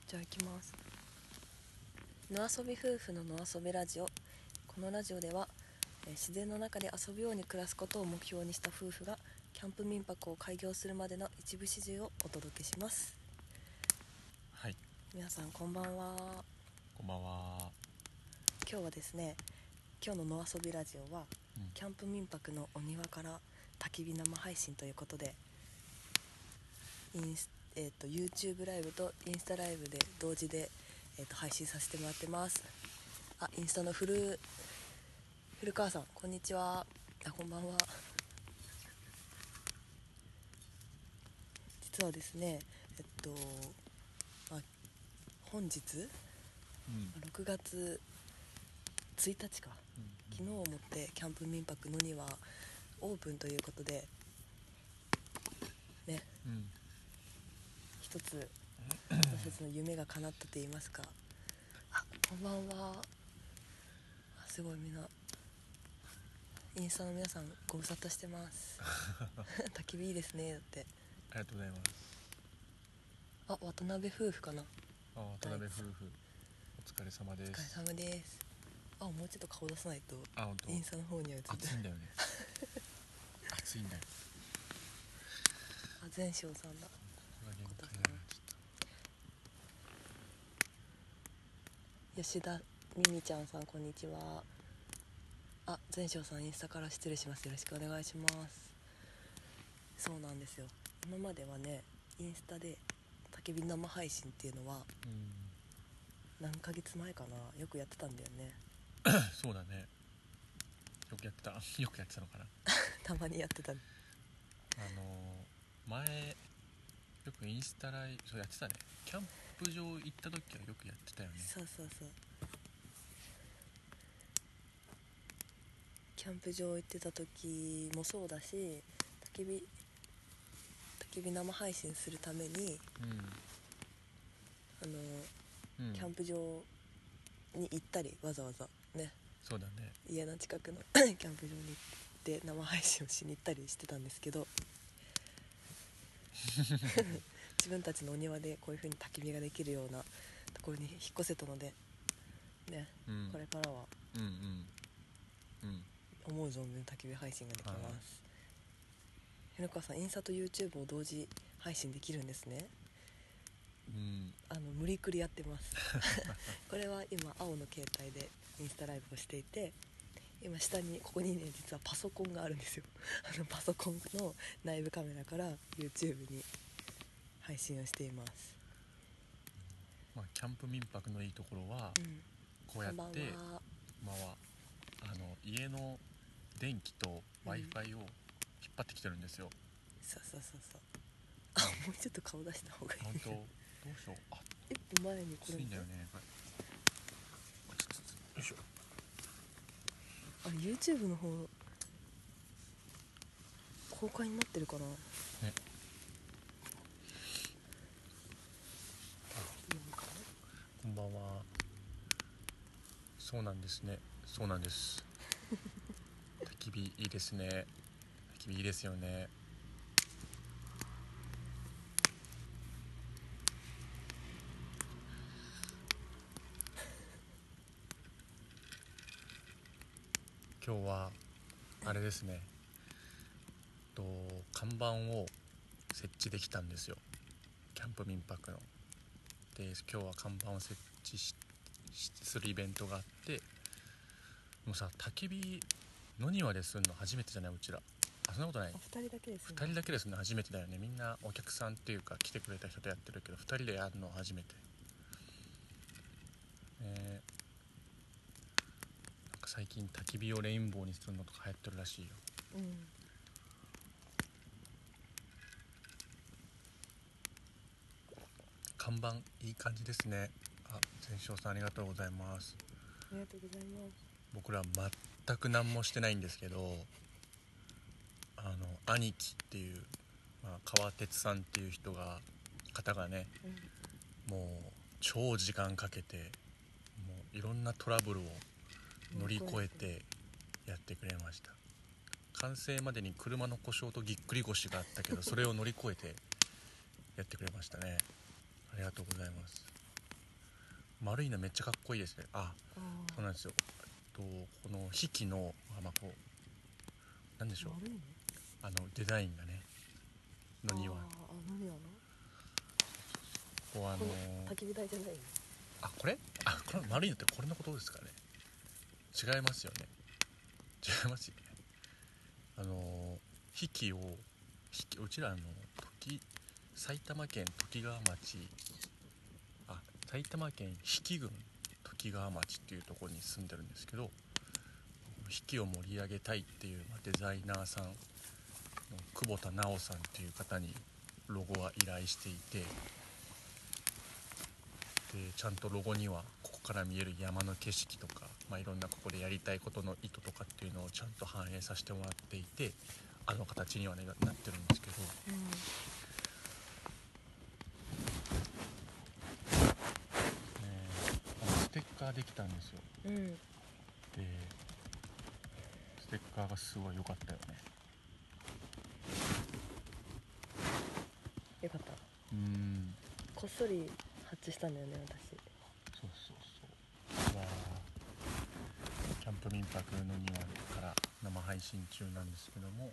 じゃあ行きます。野遊び夫婦の野遊びラジオ。このラジオでは自然の中で遊ぶように暮らすことを目標にした夫婦がキャンプ民泊を開業するまでの一部始終をお届けします。 はい、 皆さんこんばんは。 こんばんは。 今日はですね、今日の野遊びラジオは、キャンプ民泊のお庭から焚き火生配信ということで、YouTube ライブとインスタライブで同時で、配信させてもらってます。インスタの古川さん、こんにちは。こんばんは。実はですね、本日、6月1日か、昨日をもってキャンプ民泊の庭オープンということでね、一つ私たちの夢が叶ったと言いますか。こんばんは。すごいみんなインスタの皆さんご無沙汰してます焚き火いいですね。だってありがとうございます。 渡辺夫婦かな。 渡辺夫婦、お疲れ様です。 お疲れ様です。もうちょっと顔出さないとインスタの方には映って暑いんだよね暑いんだよ。 全翔さんだ。吉田美美ちゃんさん、こんにちは。全翔さん、インスタから失礼します。よろしくお願いします。そうなんですよ。今まではね、インスタで焚き火生配信っていうのは、何ヶ月前かな、よくやってたんだよねそうだね、よくやってたのかなたまにやってた。 前よくインスタライブやってたね。キャンプ場行った時はよくやってたよね。 そうキャンプ場行ってた時もそうだし、焚き火生配信するために、キャンプ場に行ったり、わざわざね、 そうだね、 家の近くのキャンプ場に行って生配信をしに行ったりしてたんですけど自分たちのお庭でこういう風に焚き火ができるようなところに引っ越せたのでね、これからは思う存分焚き火配信ができます。古川さん、インスタと YouTube を同時配信できるんですね。無理くりやってますこれは今青の携帯でインスタライブをしていて、今下にここにね、実はパソコンがあるんですよパソコンの内部カメラから YouTube に配信をしています。 キャンプ民泊のいいところは、こうやって家の電気と Wi-Fi を引っ張ってきてるんですよ。 そうもうちょっと顔出した方がいい。 本当どうしよう。 一歩前にこれいいんだよね。よいしょ。 YouTube の方公開になってるかな、ね、 こんばんは。そうなんですね。そうなんです焚き火いいですね。焚き火いいですよね。今日はあれですね、看板を設置できたんですよ、キャンプ民泊の。で、今日は看板を設置するイベントがあって、もうさ、焚き火野庭でするの初めてじゃない？うちら。そんなことない。 2人だけですね。 2人だけですね。初めてだよね。みんなお客さんっていうか来てくれた人とやってるけど、2人でやるの初めて。なんか最近焚き火をレインボーにするのとか流行ってるらしいよ。看板いい感じですね。全翔さん、ありがとうございます。 ありがとうございます。 僕ら全く何もしてないんですけど、兄貴っていう、川哲さんっていう方がね、もう超時間かけて、もういろんなトラブルを乗り越えてやってくれました。完成までに車の故障とぎっくり腰があったけど、それを乗り越えてやってくれましたね。ありがとうございます。 丸いのめっちゃかっこいいですね。あ、 あそうなんですよ。この引きのこうなんでしょう、 丸いのデザインがねのには何やのこうこの焚き火台じゃないのこれ丸いのってこれのことですかね。違いますよね。違いますよね。引きをうちら埼玉県ときがわ町埼玉県比企郡ときがわ町っていうところに住んでるんですけど、引きを盛り上げたいっていう、デザイナーさんの久保田直さんっていう方にロゴは依頼していて、でちゃんとロゴにはここから見える山の景色とか、いろんなここでやりたいことの意図とかっていうのをちゃんと反映させてもらっていて、形には、ね、なってるんですけど、ステッカーできたんですよ。でステッカーがすごい良かったよね。 よかった。こっそり発注したんだよね、私。 そうキャンプ民泊の庭から生配信中なんですけども、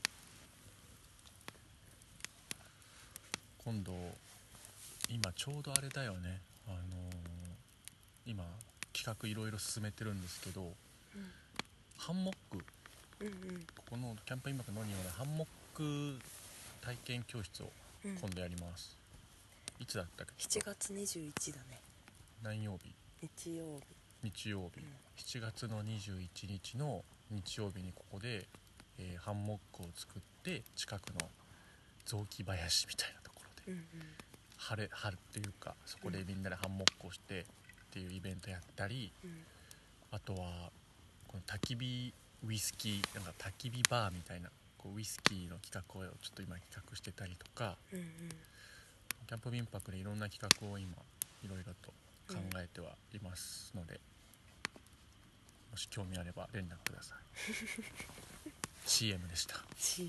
今度今ちょうどあれだよね、今企画いろいろ進めてるんですけど、ハンモック、ここのキャンプ民泊の庭でハンモック体験教室を今度やります。いつだったっけ。 7月21だね。 何曜日？ 日曜日、 7月の21日の日曜日にここで、ハンモックを作って近くの雑木林みたいなところで、晴っていうかそこでみんなでハンモックをしてっていうイベントやったり、あとはこの焚き火ウイスキーなんか焚き火バーみたいなウイスキーの企画をちょっと今企画してたりとか、キャンプ民泊でいろんな企画を今いろいろと考えてはいますので、もし興味あれば連絡ください。CM でした。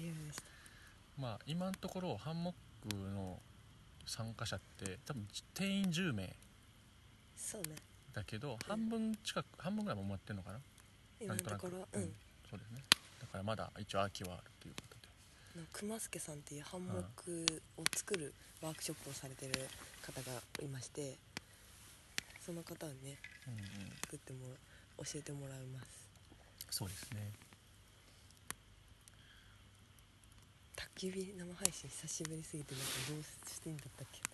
今のところハンモックの参加者って多分定員10名そうねだけど、半分ぐらいも埋まってるのかな、 今のところ。 そうですね。だからまだ一応空きはあるということで、 熊助さんっていうハンモックを作るワークショップをされてる方がいまして、その方にね、作っても教えてもらいます。 そうですね。 焚き火生配信久しぶりすぎてどうしていいんだったっけ。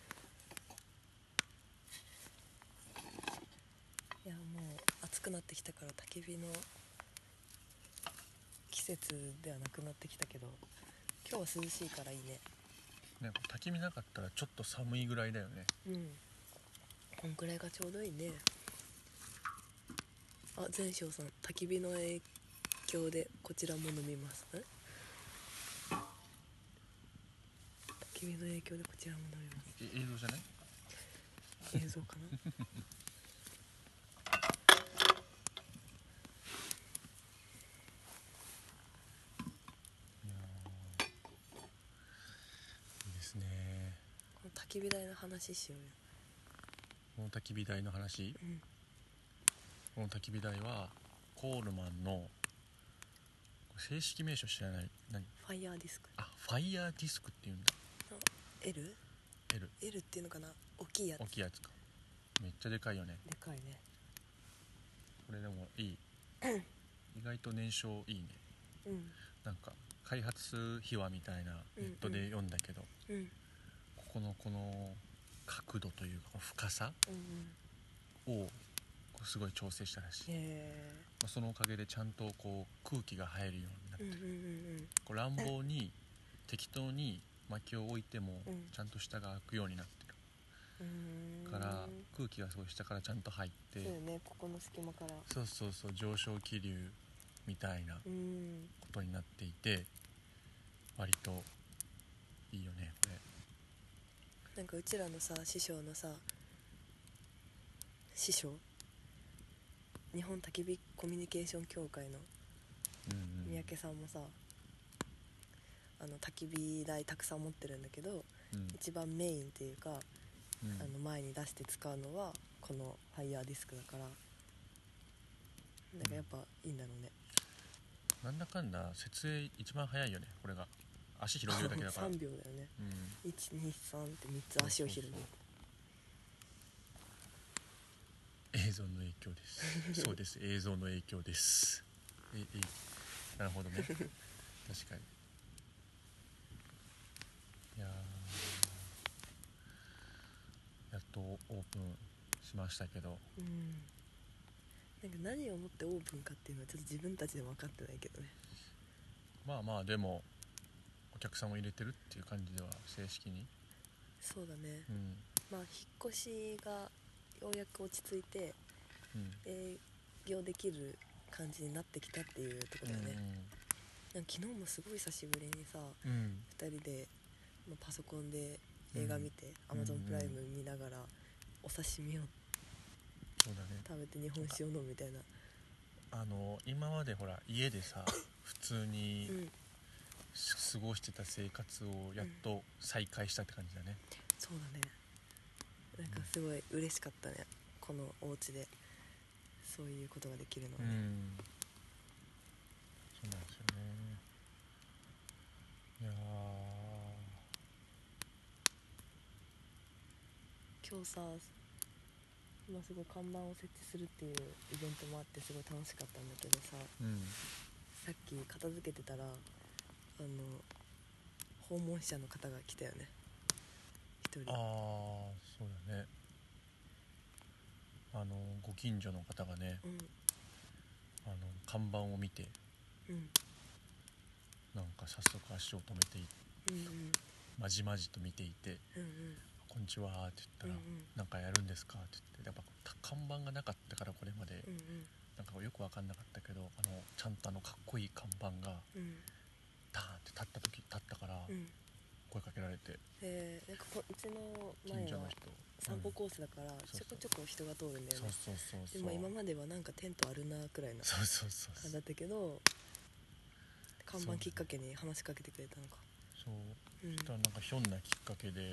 いやもう暑くなってきたから焚き火の季節ではなくなってきたけど、今日は涼しいからいいね。 焚き火なかったらちょっと寒いぐらいだよね。 こんくらいがちょうどいいね。全勝さん、焚き火の影響でこちらも飲みます。焚き火の影響でこちらも飲みます。 映像じゃない？ 映像かな。 いいですね。 この焚き火台の話しようよ。 この焚き火台の話、この焚き火台はコールマンの正式名称知らない。何？ ファイヤーディスク。 ファイヤーディスクっていうんだ。 L っていうのかな。大きいやつか。めっちゃでかいよね。 でかいね。 これでもいい。意外と燃焼いいね。なんか開発秘話みたいなネットで読んだけど、この角度というか深さをすごい調整したらしい。そのおかげでちゃんと空気が入るようになってる。乱暴に適当に薪を置いてもちゃんと下が開くようになってるから空気がすごい下からちゃんと入って、 そうよね、ここの隙間から。 そう上昇気流みたいなことになっていて、割といいよねこれ。 なんかうちらのさ師匠日本焚き火コミュニケーション協会の三宅さんもさ、焚き火台たくさん持ってるんだけど、一番メインっていうか前に出して使うのはこのファイヤーディスクだから、だからやっぱいいんだろうね。 なんだかんだ設営一番早いよねこれが。足広げるだけだから 3秒だよね、 うん、 123って3つ足を広げる。 映像の影響ですそうです映像の影響ですなるほどね確かに。いややっとオープンしましたけど、 なんか何をもってオープンかっていうのはちょっと自分たちでも分かってないけどね。 まあまあでもお客さんを入れてるっていう感じでは正式に。 そうだね、 うんまあ引っ越しがようやく落ち着いてうん営業できる感じになってきたっていうところだよね、なんか昨日もすごい久しぶりにさ、 うん 2人でパソコンで映画見て、Amazon プライム見ながらお刺身をそうだね。 食べて日本酒を飲むみたいな。 今までほら家でさ普通にうん過ごしてた生活をやっと再開したって感じだね。 そうだね、なんかすごい嬉しかったね、このお家でそういうことができるのはね、 そうなんですよね。いや今日さ、今すごい看板を設置するっていうイベントもあってすごい楽しかったんだけどさ、さっき片付けてたら訪問者の方が来たよね、一人。 そうだね。ご近所の方がね、看板を見て、なんか早速足を止めてまじまじと見ていて、こんにちはって言ったら、なんかやるんですかって言って、やっぱ看板がなかったからこれまで、なんかよく分かんなかったけど、ちゃんとかっこいい看板がダーンって立ったから、声かけられて、 なんかうちの前は近所の人散歩コースだからちょこちょこ人が通るんだよね。でも今まではなんかテントあるなくらいな感じだったけど、看板きっかけに話しかけてくれたのか。 そう、そしたらなんかひょんなきっかけで、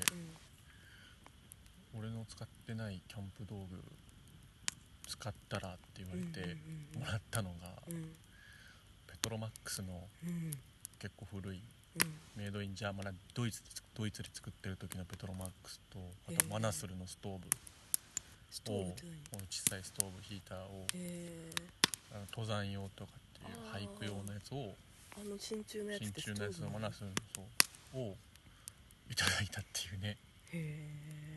俺の使ってないキャンプ道具使ったらって言われてもらったのが、ペトロマックスの結構古い、メイドインジャーマン、ドイツで作ってる時のペトロマックスと、あとマナスルのストーブを、小さいストーブヒーターを、登山用とかっていうハイク用のやつを、 真鍮のやつってストーブ真鍮のやつのマナスルのをいただいたっていうね。 へえ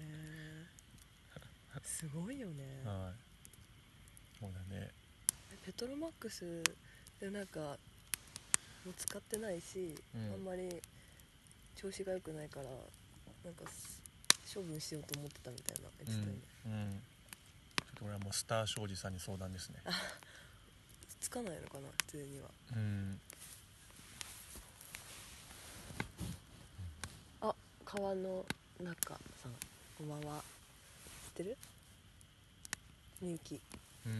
すごいよね。 はい、そうだね。 ペトロマックスでなんかもう使ってないし、あんまり調子が良くないからなんか処分しようと思ってたみたいな言ってたよね。 ちょっと俺はもうスター庄司さんに相談ですね。 つかないのかな普通には。川の中さんこんばんは。知ってる？みゆき。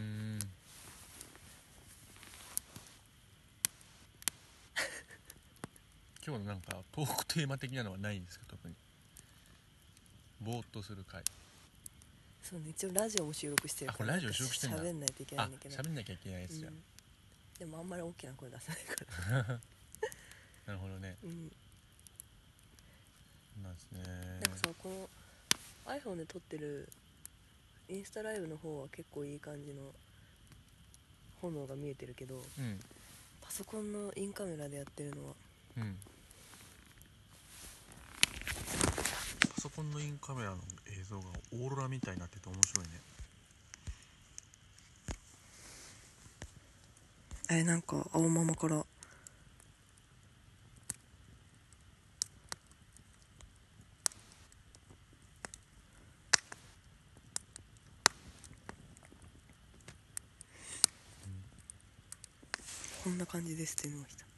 今日のなんかトークテーマ的なのはないんですか？特にぼーっとする回。 そうね、一応ラジオも収録してるから、 これラジオ収録してんだ。 喋んないといけないんだけど。 喋んなきゃいけないやつじゃん。 でもあんまり大きな声出さないからなるほどね。なんですね。 なんかさ、この iPhone で撮ってるインスタライブの方は結構いい感じの炎が見えてるけど、パソコンのインカメラでやってるのは、 パソコンのインカメラの映像がオーロラみたいになってて面白いね。 なんか青ママからこんな感じですっていうのが来た。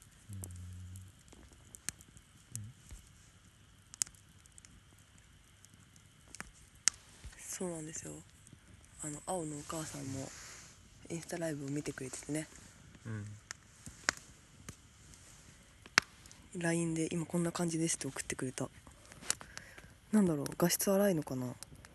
そうなんですよ。青のお母さんもインスタライブを見てくれててね、LINE で今こんな感じですって送ってくれた。なんだろう、画質荒いのかな。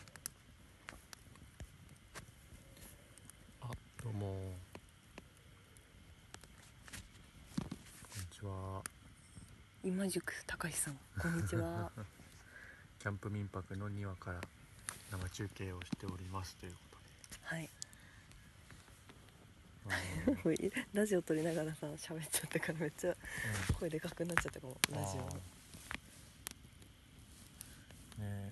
今宿高橋さんこんにちはキャンプ民泊の庭から生中継をしておりますというこはいとで、 もうラジオ撮りながらさ喋っちゃったからめっちゃ声でかくなっちゃったかも、ラジオのね。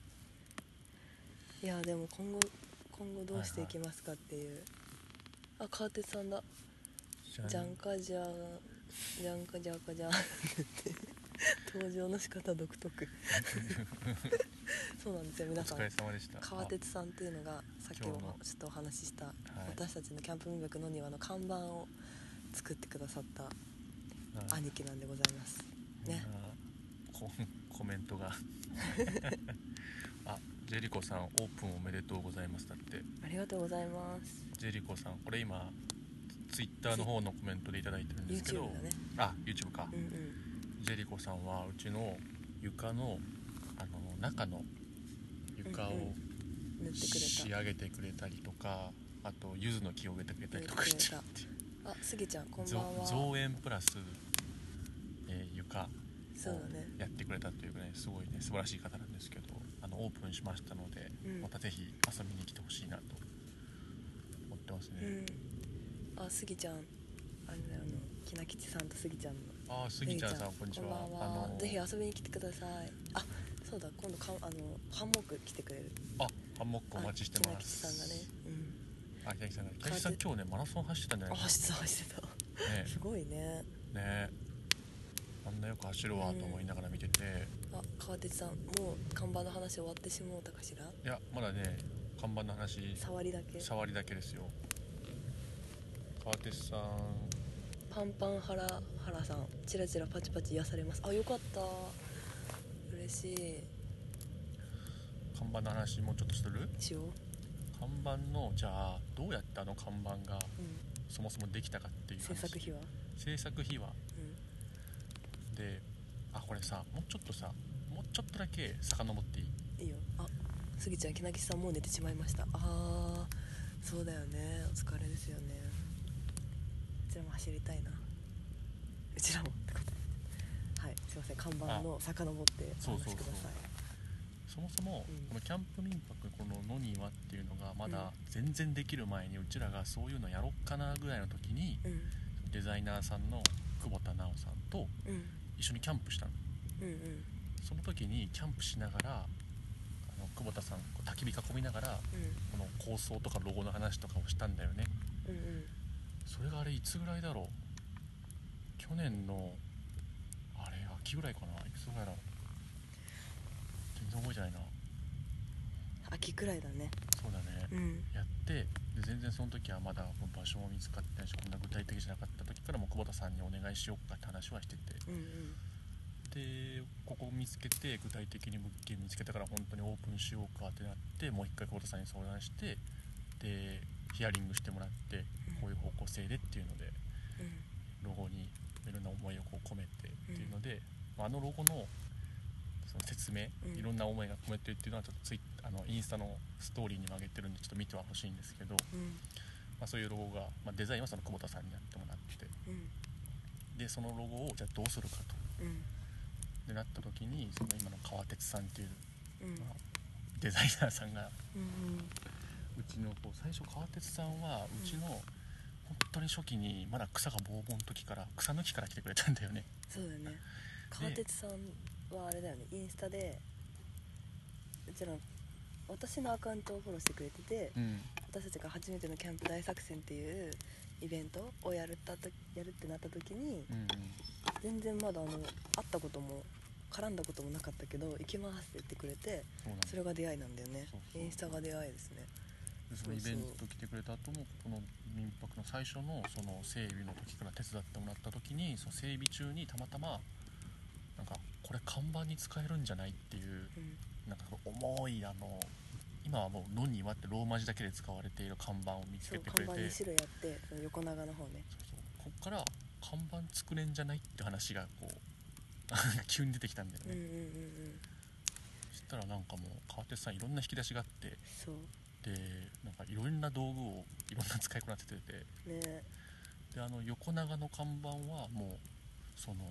いやでも今後どうしていきますかっていう、あ川鉄さんだ。じゃんかじゃじゃんかじゃかじゃって登場の仕方独特そうなんですよ皆さん。 お疲れ様でした。 川鉄さんっていうのがさっきもちょっとお話しした、私たちのキャンプ民泊の庭の看板を作ってくださった兄貴なんでございますね。 コメントがあ、ジェリコさんオープンおめでとうございますだって。 ありがとうございます。 ジェリコさん、これ今ツイッターの方のコメントでいただいてるんですけど、 YouTube だね。 あ、YouTube か、 うんうん、 ジェリコさんはうちの床の中の床を塗ってくれた、 仕上げてくれたりとか、あと柚子の木を植えてくれたりとかしてるっていう。 あ、スギちゃんこんばんは。 造園プラス、床をそうだね、 やってくれたというかね、すごいね素晴らしい方なんですけど、オープンしましたので、またぜひ遊びに来てほしいなと思ってますね。 あ、スギちゃんあれだよ、きなきちさんとスギちゃんの。 あ、スギちゃんさんこんにちは。 こんばんは。ぜひ遊びに来てください。あ、そうだ、今度ハンモック来てくれる。 あ、ハンモックお待ちしてます。 きなきちさんがね、 あ、きなきさんが、きなきさん今日ねマラソン走ってたんじゃないですか。 走ってた、ね、すごいね。 ね、あんなよく走るわと思いながら見てて、 あ、川鉄さんもう看板の話終わってしもうたかしら。 いやまだね、看板の話触りだけですよ。 川鉄さん、 パンパンハラハラさん、チラチラパチパチ癒されます。あ、よかった、嬉しい。 看板の話もうちょっとする？ しよう。 看板の、じゃあどうやって看板がそもそもできたかっていう話。制作秘話、で、あ、これさ、もうちょっとだけ遡っていい？ いいよ。あ、スギちゃん、きなきさんもう寝てしまいました。あー、そうだよね、お疲れですよね。うちらも走りたいな。うちらもってことで、はい、すいません、看板の遡ってお話しください。 そもそも、このキャンプ民泊、この野庭っていうのがまだ全然できる前に、うちらがそういうのやろっかなぐらいの時に、デザイナーさんの久保田直さんと一緒にキャンプしたの。その時にキャンプしながら久保田さん焚き火囲みながら、この構想とかロゴの話とかをしたんだよね。それがあれいつぐらいだろう、去年のあれ秋ぐらいかな、いつぐらいだろう、全然覚えてないな。 秋くらいだね。 そうだね、やってで、全然その時はまだ場所も見つかってないし、こんな具体的じゃなかった時からもう久保田さんにお願いしようかって話はしてて、でここ見つけて、具体的に物件見つけたから本当にオープンしようかってなって、もう一回久保田さんに相談して、でヒアリングしてもらって、こういう方向性でっていうので、ロゴにいろんな思いをこう込めてっていうので、ロゴのその説明、いろんな思いが込めてるっていうのはちょっとインスタのストーリーにも上げてるんで、ちょっと見てはほしいんですけど、そういうロゴが、デザインはその久保田さんにやってもらって、でそのロゴをじゃあどうするかと、でなった時に、その今の川鉄さんっていう、デザイナーさんが、うちの最初川鉄さんはうちの本当に初期にまだ草がボーボーの時から草抜きから来てくれたんだよね。 そうだよね。川鉄さんはあれだよね、インスタでうちら私のアカウントをフォローしてくれてて、私たちが初めてのキャンプ大作戦っていうイベントをやるってなった時に、全然まだ会ったことも絡んだこともなかったけど、行きますって言ってくれて、それが出会いなんだよね。インスタが出会いですね。 でそのイベント来てくれた後も、この民泊の最初のその整備の時から手伝ってもらった時に、その整備中にたまたまなんかこれ看板に使えるんじゃないっていう、なんか重い今はもう野庭ってローマ字だけで使われている看板を見つけてくれて、 看板2種類あって、横長の方ね。 こっから看板作れんじゃないって話がこう急に出てきたんだよね。そしたらなんかもう川手さんいろんな引き出しがあって、でなんかいろんな道具をいろんな使いこなせてて、で横長の看板はもうその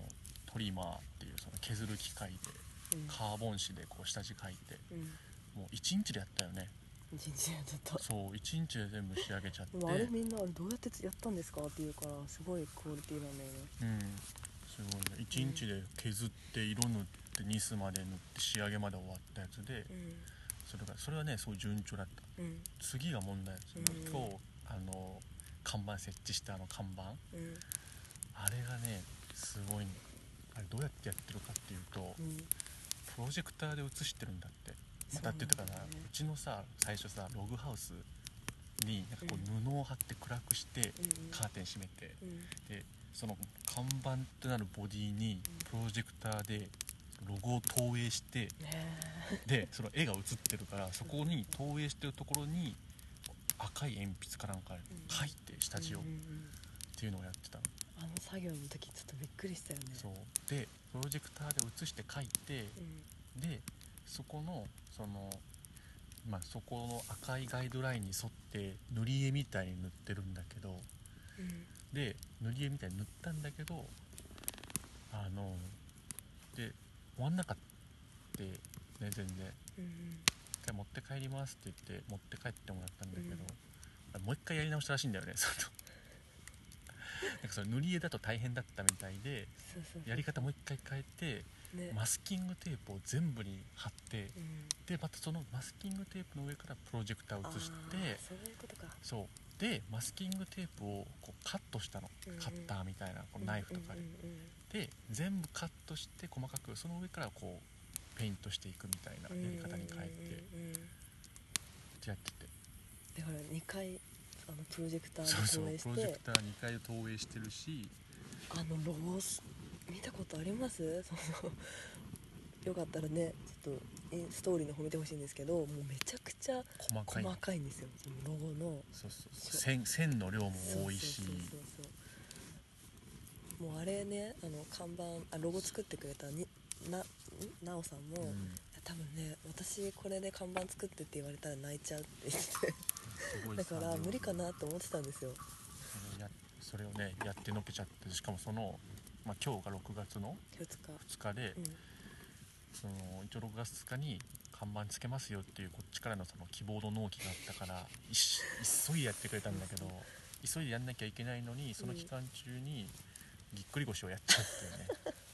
トリマーっていうその削る機械でカーボン紙でこう下地描いて、もう1日でやったよね。 一日やってた。 そう1日で全部仕上げちゃって。 でもあれみんなどうやってやったんですかって言うからすごいクオリティなんだよね。 すごいね。1日で削って色塗ってニスまで塗って仕上げまで終わったやつで、それはねすごい順調だった、次が問題ですよ、今日看板設置した看板、あれがねすごいね。あれどうやってやってるかっていうと、プロジェクターで映してるんだって。またって言ってたかな、うちのさ最初さログハウスになんかこう布を貼って暗くしてカーテン閉めて、でその看板となるボディにプロジェクターでロゴを投影して、でその絵が映ってるからそこに投影してるところに赤い鉛筆かなんか書いて下地を、っていうのをやってたの。 あの作業の時ちょっとびっくりしたよね。 そうでプロジェクターで映して書いて、でそこのそこの赤いガイドラインに沿って塗り絵みたいに塗ってるんだけど、で塗り絵みたいに塗ったんだけどで終わんなかったね全然、一回持って帰りますって言って持って帰ってもらったんだけど、もう一回やり直したらしいんだよねなんかそれ塗り絵だと大変だったみたいで、やり方もう一回変えて、マスキングテープを全部に貼って、でまたそのマスキングテープの上からプロジェクターを映して、 そういうことか。 そうでマスキングテープをこうカットしたの、カッターみたいなこうナイフとかで、で全部カットして細かくその上からこうペイントしていくみたいなやり方に変えて、ってやってて、 だから2回プロジェクターでそう投影して、 プロジェクター2回投影してるし、 ロゴ見たことあります？よかったらねちょっとストーリーの方見てほしいんですけど、もうめちゃくちゃ細かいんですよ、そのロゴの。 線の量も多いし、 もうあれね看板ロゴ作ってくれたなおさんも、多分ね私これで看板作ってって言われたら泣いちゃうって言ってだから無理かなと思ってたんですよ。 それをねやってのけちゃって、しかもその、今日が6月の2日で、その一応6月2日に看板つけますよっていうこっちからのその希望の納期があったから急いでやってくれたんだけど、急いでやんなきゃいけないのにその期間中にぎっくり腰をやっちゃうっていうね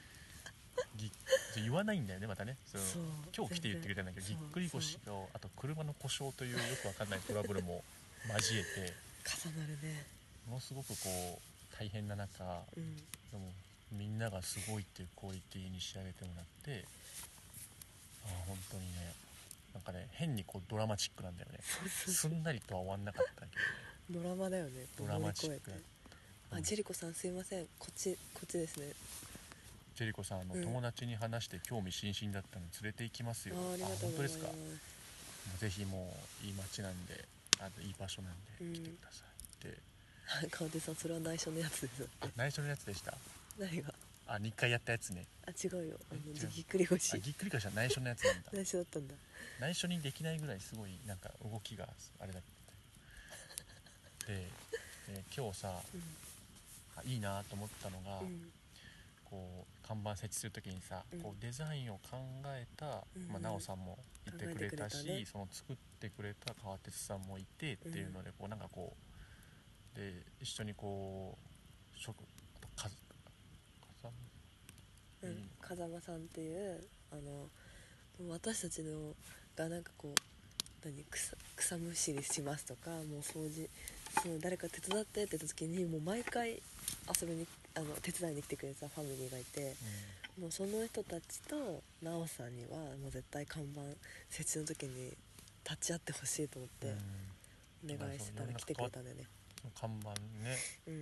言わないんだよねまたね。今日来て言ってくれたんだけど、ぎっくり腰とあと車の故障というよくわかんないトラブルも交えて重なるね。 ものすごくこう大変な中、でもみんながすごいっていうクオリティに仕上げてもらって、本当にねなんかね変にこうドラマチックなんだよね。すんなりとは終わんなかったけどね。ドラマだよね。 ドラマチック。 ジェリコさんすいません、こっちですね。 ジェリコさん友達に話して興味津々だったので連れて行きますよ。 ありがとうございます。 本当ですか。ぜひもういい街なんでいい場所なんで来てくださいって。 川手さんそれは内緒のやつです。 内緒のやつでした。 何が 2回やったやつね。 違うよ、ぎっくり腰。 ぎっくり腰は内緒のやつなんだ。 内緒だったんだ。 内緒にできないぐらいすごいなんか動きがあれだったで、今日さ、いいなと思ったのが、こう看板設置するときにさ、こうデザインを考えた、なおさんもいてくれたし、その作ってくれた川鉄さんもいてっていうので、こうなんかこうで一緒にこう風間さんっていう私たちのがなんかこう草むしりしますとか、もう掃除誰か手伝ってって言った時にもう毎回遊びに手伝いに来てくれたファミリーがいて、もうその人たちとなおさんにはもう絶対看板設置の時に立ち会ってほしいと思ってお願いしたら来てくれたんだよね。 看板ね、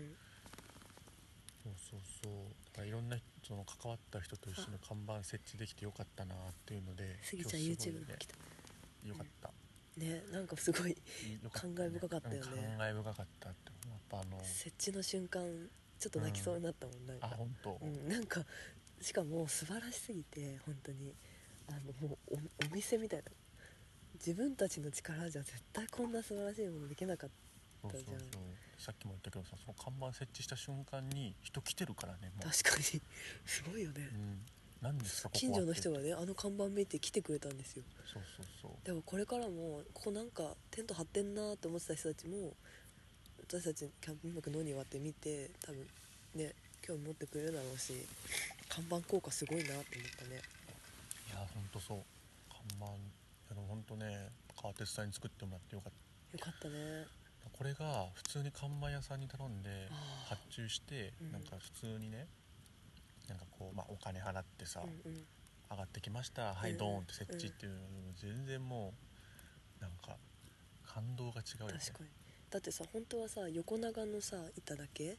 そうだからいろんなその関わった人と一緒に看板設置できてよかったなっていうので、 スギちゃん YouTube の来たよかったね。なんかすごい感慨深かったよね。 感慨深かったって、やっぱ設置の瞬間ちょっと泣きそうになったもん。なんか本当、 なんかしかも素晴らしすぎて本当にもう お店みたいな、自分たちの力じゃ絶対こんな素晴らしいものできなかったじゃん。 そうそうそう、さっきも言ったけどさ、その看板設置した瞬間に人来てるからね、もう。 確かにすごいよね、 何ですかここ近所のはって人がねあの看板見て来てくれたんですよ。 そうそうそう。 でもこれからもここなんかテント張ってんなって思ってた人たちも私たちキャンピングカーの庭って見て多分ね興味持ってくれるだろうし、看板効果すごいなって思ったね。 いやほんとそう、看板、でもほんとね川鉄さんに作ってもらってよかった。 よかったね。 これが普通に看板屋さんに頼んであー発注して、なんか普通にね、なんかこう、お金払ってさ、上がってきました、はいドーンって設置っていうの、全然もうなんか感動が違うよね。 確かに。だってさ本当はさ横長のさ板だけ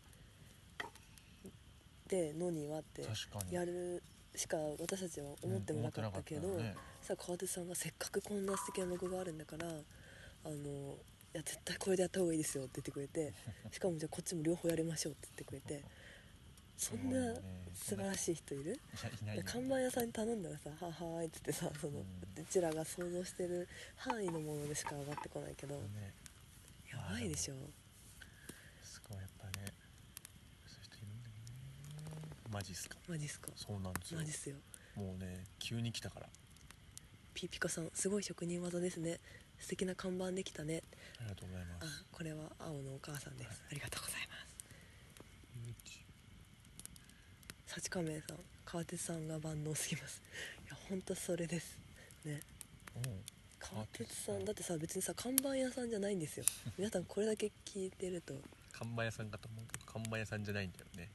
での庭って確かにやるしか私たちは思ってもなかったけど、 思ってなかったよね。 さ川手さんがせっかくこんな素敵な録があるんだからいや絶対これでやった方がいいですよって言ってくれて、しかもじゃあこっちも両方やりましょうって言ってくれて、そんな素晴らしい人いる？ いないよ。 看板屋さんに頼んだらさ「はーい」っつってさうちらが想像してる範囲のものでしか上がってこないけど、 ね、 やばいでしょ。 すごいやっぱね、そういう人いるんだよね。マジっすか？ マジっすか？ そうなんですよ。 マジっすよ。 もうね急に来たから。 ピーピカさんすごい職人技ですね、素敵な看板できたね。 ありがとうございます。 これは青のお母さんです、ありがとうございます。幸仮面さん、川鉄さんが万能すぎます。いや本当それですね。川鉄さんだってさ別にさ看板屋さんじゃないんですよ。皆さんこれだけ聞いてると看板屋さんかと思うけど看板屋さんじゃないんだよね。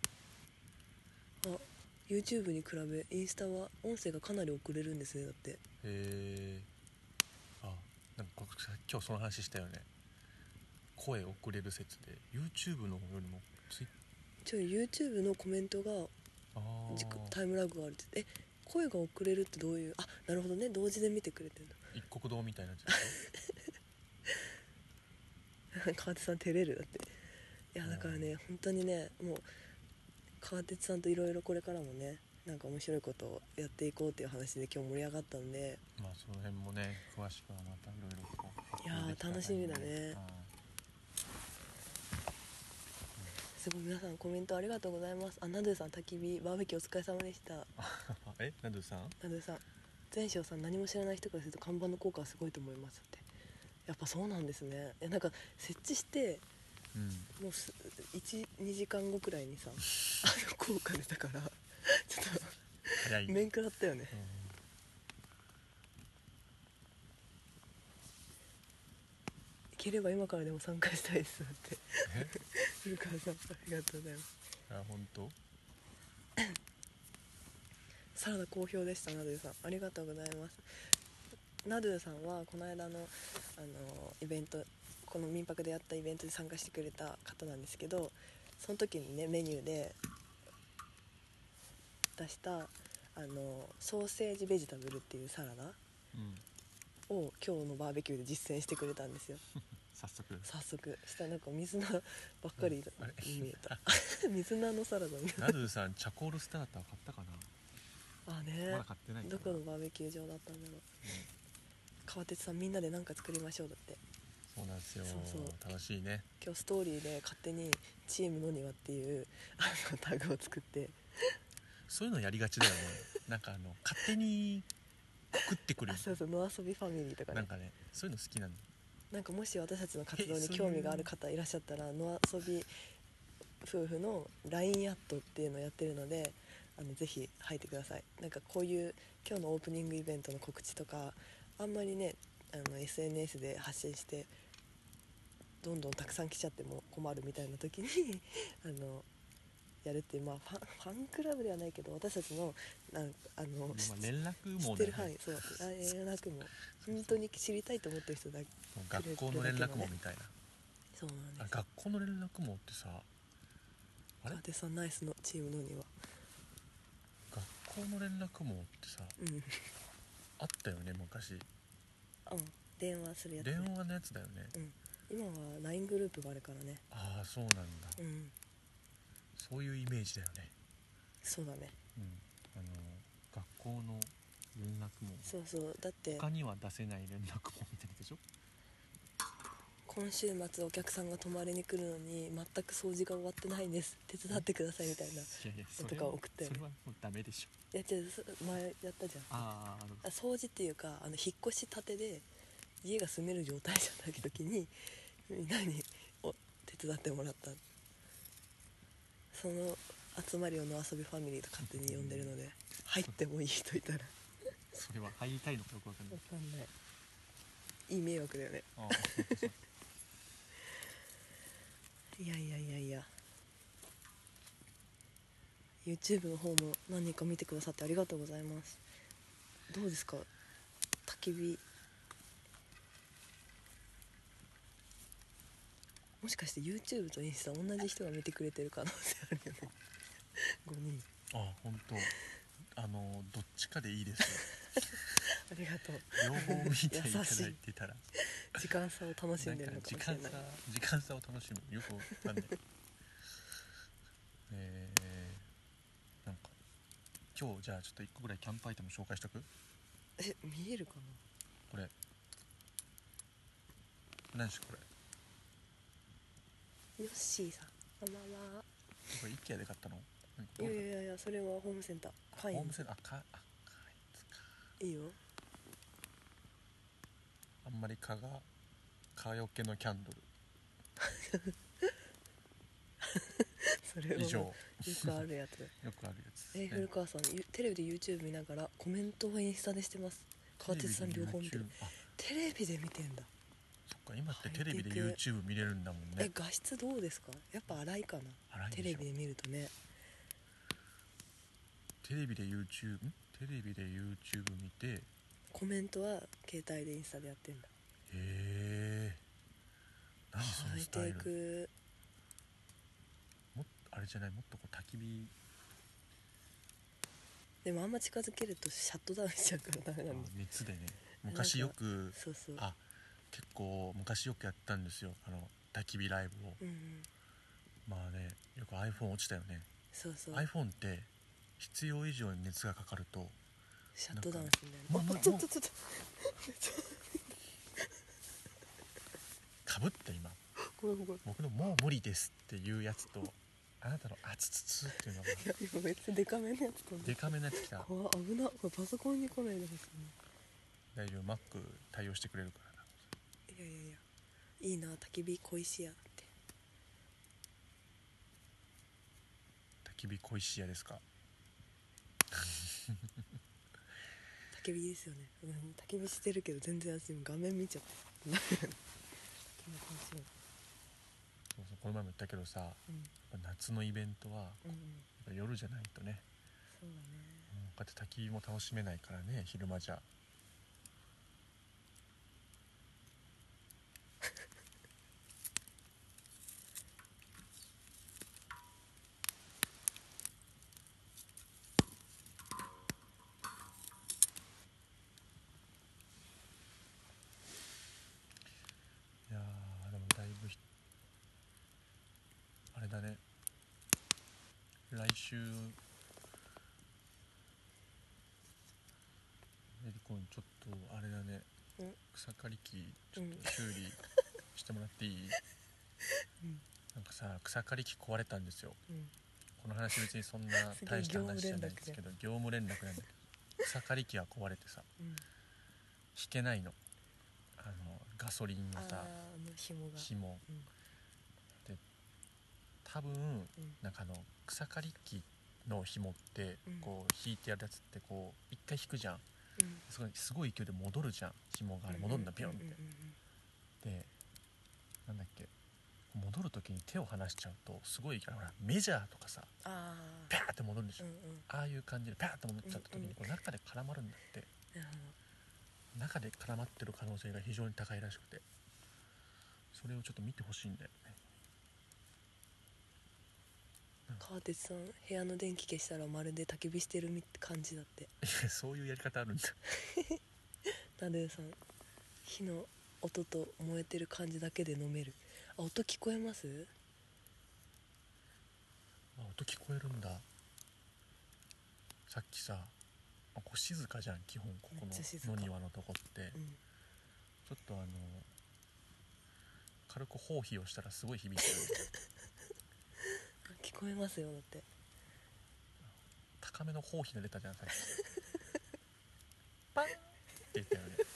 YouTube に比べインスタは音声がかなり遅れるんですね。だってへえ。なんか今日その話したよね。声遅れる説で YouTube のよりも YouTube のコメントがタイムラグがあるって声が遅れるってどういうなるほどね、同時で見てくれてるの。 一国道みたいになっちゃう川手さん照れるだって。いやだからね本当にねもう川鉄さんといろいろこれからもねなんか面白いことをやっていこうっていう話で今日盛り上がったんで、 その辺もね詳しくはまたいろいろこういやー楽しみだね。すごい皆さんコメントありがとうございます。ナドゥさん焚き火バーベキューお疲れ様でした。 ナドゥさん前翔さん何も知らない人からすると看板の効果はすごいと思いますって。やっぱそうなんですね。なんか設置してもう1,2時間後くらいにさ効果出たからちょっ早いと面食らったよね。いければ今からでも参加したいですって古川さんありがとうございます。 本当サラダ好評でした。ナドゥさんありがとうございます。ナドゥさんはこの間のイベント、この民泊でやったイベントに参加してくれた方なんですけど、その時にねメニューで出したソーセージベジタブルっていうサラダを今日のバーベキューで実践してくれたんですよ。早速したらなんか水菜ばっかりに見えた水菜のサラダみたいな。 ナドゥさんチャコールスターター買ったかな。 ね、 まだ買ってないかな。 どこのバーベキュー場だったんだろう。川鉄さんみんなで何か作りましょうだって。 そうなんですよ。 そう楽しいね。 今日ストーリーで勝手にチームの庭っていうタグを作ってそういうのやりがちだよねなんか勝手に食ってくるそう野遊びファミリーとかね、 なんかねそういうの好きなの。 なんかもし私たちの活動に興味がある方いらっしゃったら野遊び夫婦の LINE アットっていうのをやってるのでぜひ入ってください。なんかこういう今日のオープニングイベントの告知とかあんまりねSNS で発信してどんどんたくさん来ちゃっても困るみたいな時にやるっていう、ファンクラブではないけど私たちの連絡網知ってる範囲、そう連絡網本当に知りたいと思ってる人だけ学校の連絡網みたいな。 そうなんです。 学校の連絡網ってさ川手さんナイスのチームのには学校の連絡網ってさ、あったよね昔。 電話するやつ、 電話のやつだよね。 今は LINE グループがあるからね。 そうなんだ。そういうイメージだよね。 そうだね。 学校の連絡網。 そうだって他には出せない連絡網みたいなでしょ。 今週末お客さんが泊まりに来るのに全く掃除が終わってないんです手伝ってくださいみたいな。 いやいやとか送ったよね。 それはもうダメでしょ。 いや違う、前やったじゃん。掃除っていうか引っ越したてで家が住める状態じゃない時にみんなに手伝ってもらった。その集まりをの遊びファミリーと勝手に呼んでるので入ってもいい人いたらそれは入りたいのかよくわかんない。 分かんない。いい迷惑だよね。いやいやいやいや YouTube の方も何人か見てくださってありがとうございます。どうですか焚き火、もしかして YouTube とインスタ同じ人が見てくれてる可能性あるよね5人。 本当どっちかでいいですよ。 ありがとう。 両方見ていただいてたら時間差を楽しんでるのかもしれない。 時間差を楽しむよくわかんないなんか今日じゃあちょっと1個ぐらいキャンプアイテム紹介しとく。 見えるかな。 これ何しこれ。 ヨッシーさんこんばんは。 これ IKEA で買ったの。 いやそれはホームセンター。 ホームセンターいいよ。 あんまり蚊よけのキャンドルそれは以上よくあるやつよくあるやつ、 古川さんテレビで YouTube 見ながらコメントをインスタでしてます。川鉄さん両方見てる。テレビで見てんだ。 そっか今ってテレビで YouTube 見れるんだもんね。 画質どうですか。やっぱ荒いかな。 荒いでしょ。 テレビで見るとね。 テレビで YouTube 見てコメントは携帯でインスタでやってんだ。 へえ何そのスタイル。あれじゃない、もっとこう焚き火でもあんま近づけるとシャットダウンしちゃうからダメなんだ。 熱でね。昔よくそう結構昔よくやったんですよ焚き火ライブを、まあねよく iPhone 落ちたよね。 そう iPhone って必要以上に熱がかかるとシャットダウンするんだよね。ちょっとかぶった今僕のもう無理ですっていうやつとあなたのあつつつっていうのが今めっちゃデカめのやつ飛んでデカめのやつ来た。 危な。これパソコンに来ないでほしいね。 大丈夫 Mac 対応してくれるからな。 いいな焚き火小石屋って焚き火小石屋ですか焚き火ですよね。焚き火してるけど全然私画面見ちゃったそうこの前も言ったけどさ、夏のイベントは、夜じゃないとね。 そうだね。 こうやって焚き火も楽しめないからね昼間じゃ。いやでもだいぶあれだね。来週エリコンちょっとあれだね、草刈り機ちょっと修理してもらっていい？なんかさ草刈り機壊れたんですよ、この話別にそんな大した話じゃないんですけど業務連絡なんだけど草刈り機が壊れてさ、引けないのガソリンのさ紐で多分、なんか草刈り機の紐ってこう引いてやるやつってこう一回引くじゃん、すごい勢いで戻るじゃん紐が。戻るんだビョンって、でなんだっけ戻る時に手を離しちゃうとすごいほらメジャーとかさピャーって戻るんでしょ、ああいう感じでピャーって戻っちゃった時にこう中で絡まるんだって、中で絡まってる可能性が非常に高いらしくて、それをちょっと見てほしいんだよね。 川鉄さん部屋の電気消したらまるで焚き火してる感じだって。 そういうやり方あるんだナデルさん火の音と燃えてる感じだけで飲める。音聞こえます？ 音聞こえるんだ。さっきさここ静かじゃん基本ここの野庭のとこって、ちょっと軽く放屁をしたらすごい響いてる聞こえますよ。だって高めの放屁が出たじゃんさっきパンって言ったよね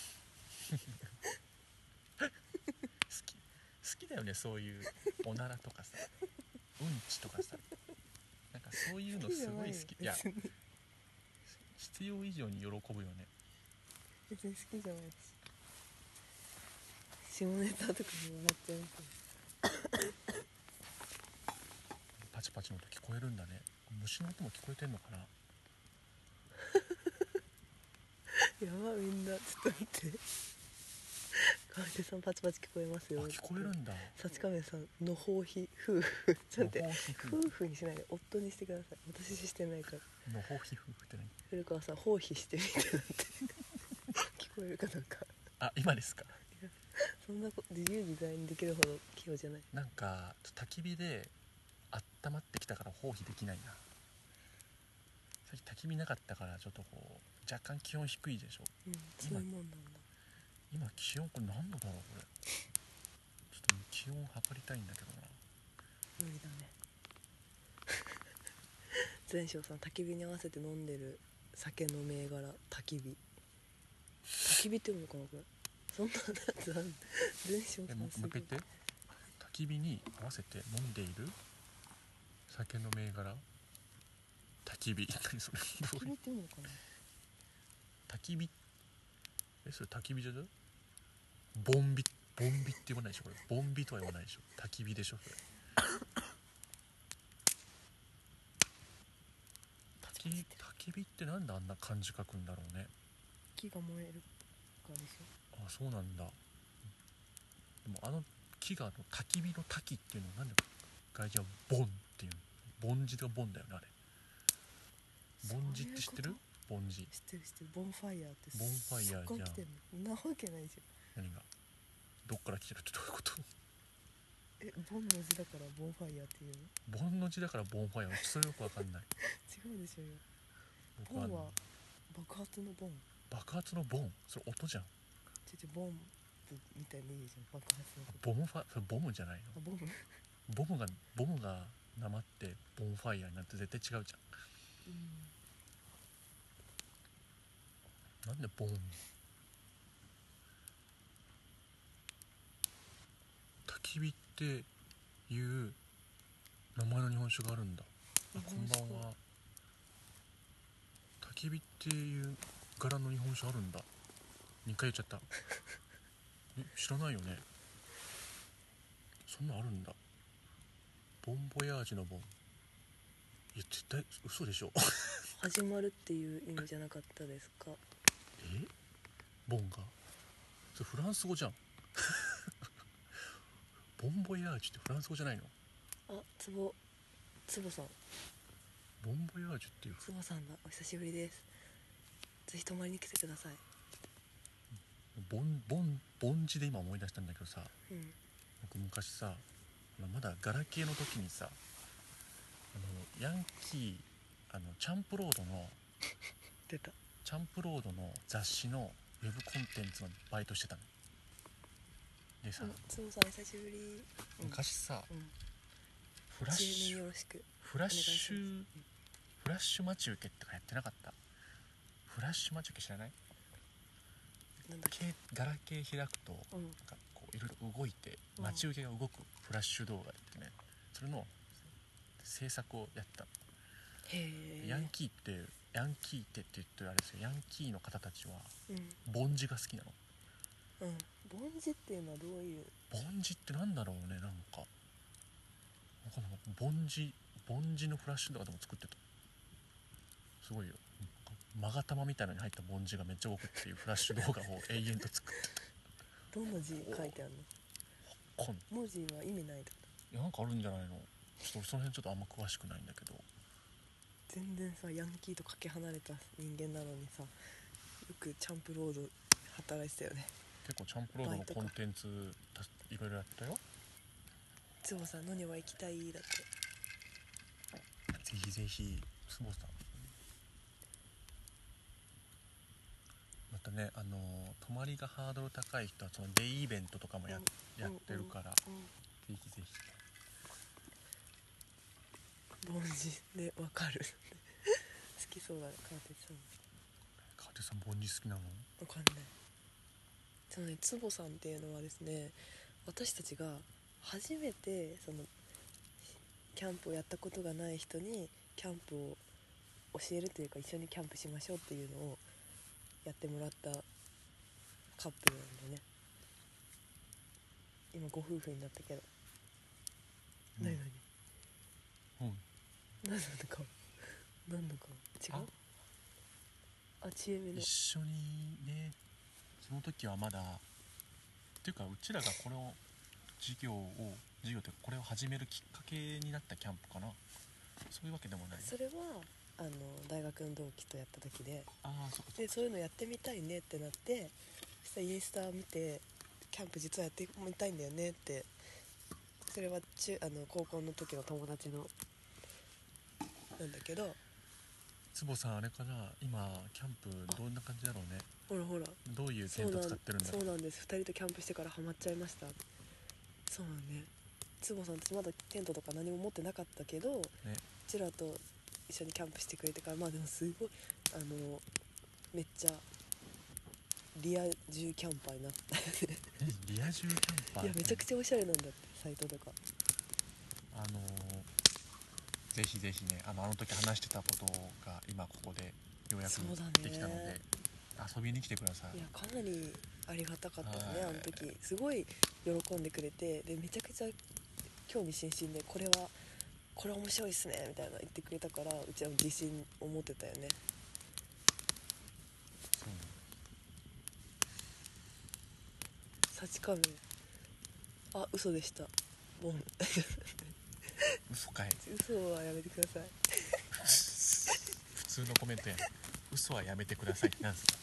好きだよね、そういうおならとかさうんちとかさ、なんかそういうのすごい好き。いや別に必要以上に喜ぶよね。 別に好きじゃないし、下ネタとかも笑っちゃうパチパチの音聞こえるんだね。虫の音も聞こえてんのかな。 けどやばい、みんなちょっと待って川手さんパチパチ聞こえますよ。 あ、聞こえるんだ。 さちかめさんの放屁夫婦ちょっと待っての夫婦にしないで夫にしてください。私してないから。 のほひ夫婦って何。 古川さん放屁してみてなんて聞こえるかどうか。 あ、今ですか。 そんなこと自由自在にできるほど器用じゃない。 なんか焚き火で温まってきたから放屁できないな。さっき焚き火なかったからちょっとこう若干気温低いでしょ。 うん、そういうもんなんだ。 今気温これ何度だろうこれ。ちょっと気温測りたいんだけどな。 無理だね前哨さん、焚き火に合わせて飲んでる酒の銘柄焚き火。焚き火って読むのかなこれ。そんなやつある。前哨さんもう一回言って。焚き火に合わせて飲んでいる酒の銘柄焚き火何それ焚き火って読むのかな。 焚き火それ焚き火じゃないボンビって言わないでしょこれ。ボンビとは言わないでしょ。焚き火でしょそれ。焚き火ってなんであんな漢字書くんだろうね。 木が燃えるからでしょ。 あ、そうなんだ。でもあの木が焚き火の焚きっていうのはなんで外人はボンっていうの。ボンジがボンだよねあれ。ボンジって知ってる。ボンジ。 知ってる知ってる。ボンファイヤーってボンファイヤーじゃん。 そっから来てんの。なわけないじ何がどっから来てるってどういうこと。 ゃん。ボンの字だからボンファイヤーっていうの。 ボンの字だからボンファイヤー。それよくわかんない。 違うでしょうよ。 僕はボンは爆発のボン。 爆発のボン。それ音じゃん。 ボンブみたいな意味じゃん。爆発のこと。 ボムファそれボムじゃないの。 あ、ボムボムがなまってボンファイヤーになって絶対違うじゃん。なんでボン。焚き火っていう名前の日本酒があるんだ。あ、こんばんは。焚き火っていう柄の日本酒あるんだ。2回言っちゃった知らないよね。そんなんあるんだ。ボンボヤージュのボン。いや絶対嘘でしょ始まるっていう意味じゃなかったですか。 ボンがそれフランス語じゃんボンボヤージュってフランス語じゃないの。 あ、つぼさん。 ボンボヤージュっていうつぼさんだ。お久しぶりです。ぜひ泊まりに来てください。 ボンジで今思い出したんだけどさ、 うん。 僕昔さまだガラケーの時にさヤンキーチャンプロードの出た。 チャンプロードの雑誌のウェブコンテンツのバイトしてたのでさ、 つぼさんお久しぶり。 昔さ、 うん。 フラッ 10年シュよろしく。 フラッシュお願いしフラッシュ待ち受けとかやってなかった。フラッシュ待ち受け知らない。 なんだっガラケー開くと、 うんなんかこういろいろ動いて待ち受けが動くフラッシュ動画ってね、それの制作をやったの。 け。へえ。 ヤンキーってって言ってるあれですよ。ヤンキーの方たちはうんボンジが好きなの。 うん。ボンジっていうのはどういう。 ボンジってなんだろうね。なんかわかんない。ボンジのフラッシュ動画でも作ってた。すごいよ。マガタマみたいなのに入ったボンジがめっちゃ動くっていうフラッシュ動画を永遠と作ってどんな字書いてあるの。 た。 文字は意味ないと。 いやなんかあるんじゃないの。ちょっとその辺ちょっとあんま詳しくないんだけど。 全然さ、ヤンキーとかけ離れた人間なのにさ、よくチャンプロード働いてたよね。 結構チャンプロードのコンテンツいろいろやったよ。 つぼさん、野には行きたいだって。 ぜひぜひつぼさん、 たね泊まりがハードル高い人はそのデイイベントとかもやってるから、ぜひぜひ。 凡人でわかる好きそうだね川手さん。 川手さん凡人好きなの？ わかんない。そのねつぼさんっていうのはですね、私たちが初めてそのキャンプをやったことがない人にキャンプを教えるというか、一緒にキャンプしましょうっていうのをやってもらったカップルなんでね。今ご夫婦になったけど、 うん、 何うん、 何のか何のか違う？あ、ちえみの一緒にね、その時はまだっていうか、うちらがこれを授業というかこれを始めるきっかけになったキャンプかな。そういうわけでもない。 それは大学の同期とやった時で、 ああ、そっかそっか。 でそういうのやってみたいねってなって、そしたらインスタ見てキャンプ実はやってみたいんだよねって。それは高校の時の友達のなんだけど、 坪さんあれかな、今キャンプどんな感じだろうね。 ほらほら、 どういうテント使ってるんだろう。 そうなんです。2人とキャンプしてからハマっちゃいました。そうなんね。つぼさんたちまだテントとか何も持ってなかったけど、 ね、 うちらと一緒にキャンプしてくれてから、まあでもすごいめっちゃリア充キャンパーになったよねリア充キャンパー。 いやめちゃくちゃおしゃれなんだって、サイトとか。 ぜひぜひね、あの時話してたことが今ここでようやくできたので、遊びに来てください。 いやかなりありがたかったね。 はい、 あの時すごい喜んでくれて、でめちゃくちゃ興味津々で、これ面白いっすねみたいな言ってくれたから、うちは自信を持ってたよね。 そうね。 幸カメ、あ、嘘でした。ボン嘘かい。 嘘はやめてください普通のコメントやん。嘘はやめてくださいってなんですか。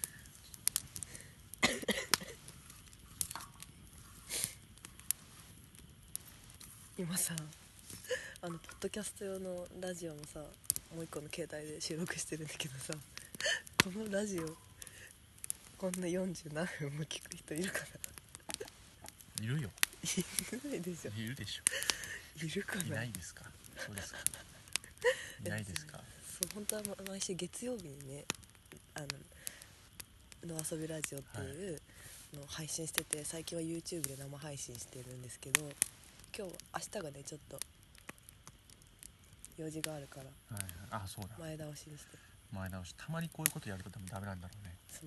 今さ、ポッドキャスト用のラジオもさ、もう一個の携帯で収録してるんだけどさ、このラジオこんな40何分も聞く人いるかな。 いるよ。 いないでしょ。 いるでしょ。 いるかな。 いないですか。そうですか。いないですか。 そう、本当は毎週月曜日にね、の遊びラジオっていうのを配信してて、最近は YouTube で生配信してるんですけど、明日がねちょっと用事があるから、 はい、あ、そうだ。 前倒しにして。 前倒し。たまにこういうことやると多分ダメなんだろうね。 そう、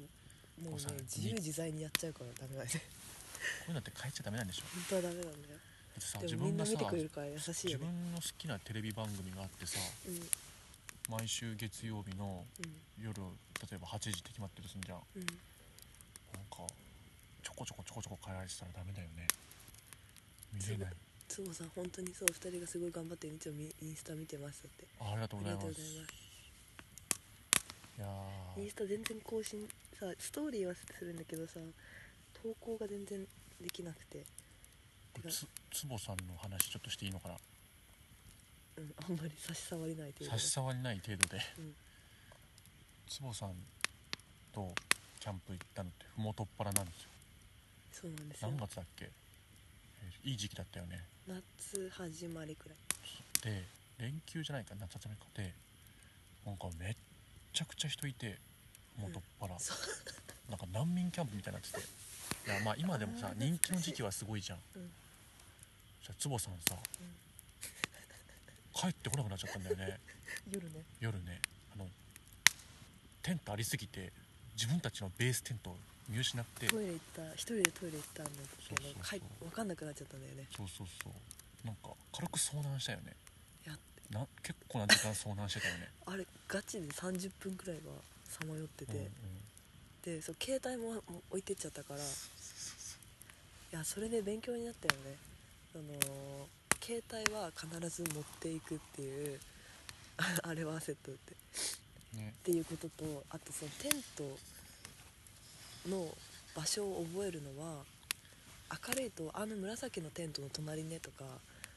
もうこうさね自由自在にやっちゃうからダメだねこういうのって変えちゃダメなんでしょ。 本当はダメなんだよ。 だってさ、 でもみんな自分がさ、 見てくれるから優しいよね。 自分の好きなテレビ番組があってさ、 うん毎週月曜日のうん夜、例えば8時って決まってるすんじゃん。 うんなんかちょこちょこ変えられてたらダメだよね。見れない。 つぼさん本当にそう、2人がすごい頑張っていつもインスタ見てますって。 ありがとうございます。 ありがとうございます。 いやインスタ全然更新さ、ストーリーはするんだけどさ、投稿が全然できなくて。 つぼさんの話ちょっとしていいのかな。 うん、あんまり差し障りない程度で。 差し障りない程度で、 うんつぼさんとキャンプ行ったのってふもとっぱらなんですよ。 そうなんですよ。 何月だっけ。いい時期だったよね。 夏始まりくらいで、連休じゃないか、夏始まりかで、なんかめっちゃくちゃ人いて、ふもとっぱら、なんか難民キャンプみたいになってて、いやまあ今でもさ人気の時期はすごいじゃん。 うんじゃあつぼさんさ、帰ってこなくなっちゃったんだよね夜ね。 夜ね。テントありすぎて自分たちのベーステントを見失って、 トイレ行った、一人でトイレ行ったんだけど、 そう分かんなくなっちゃったんだよね。 そうなんか軽く遭難したよね。 いや結構な時間遭難してたよねあれガチで30分くらいはさまよってて、 うんうん、 でそう携帯も置いてっちゃったから、いやそれで勉強になったよね。携帯は必ず持っていくっていうあれはセットってね、 っていうことと、あとそのテントの場所を覚えるのは、明るいと紫のテントの隣ねとか、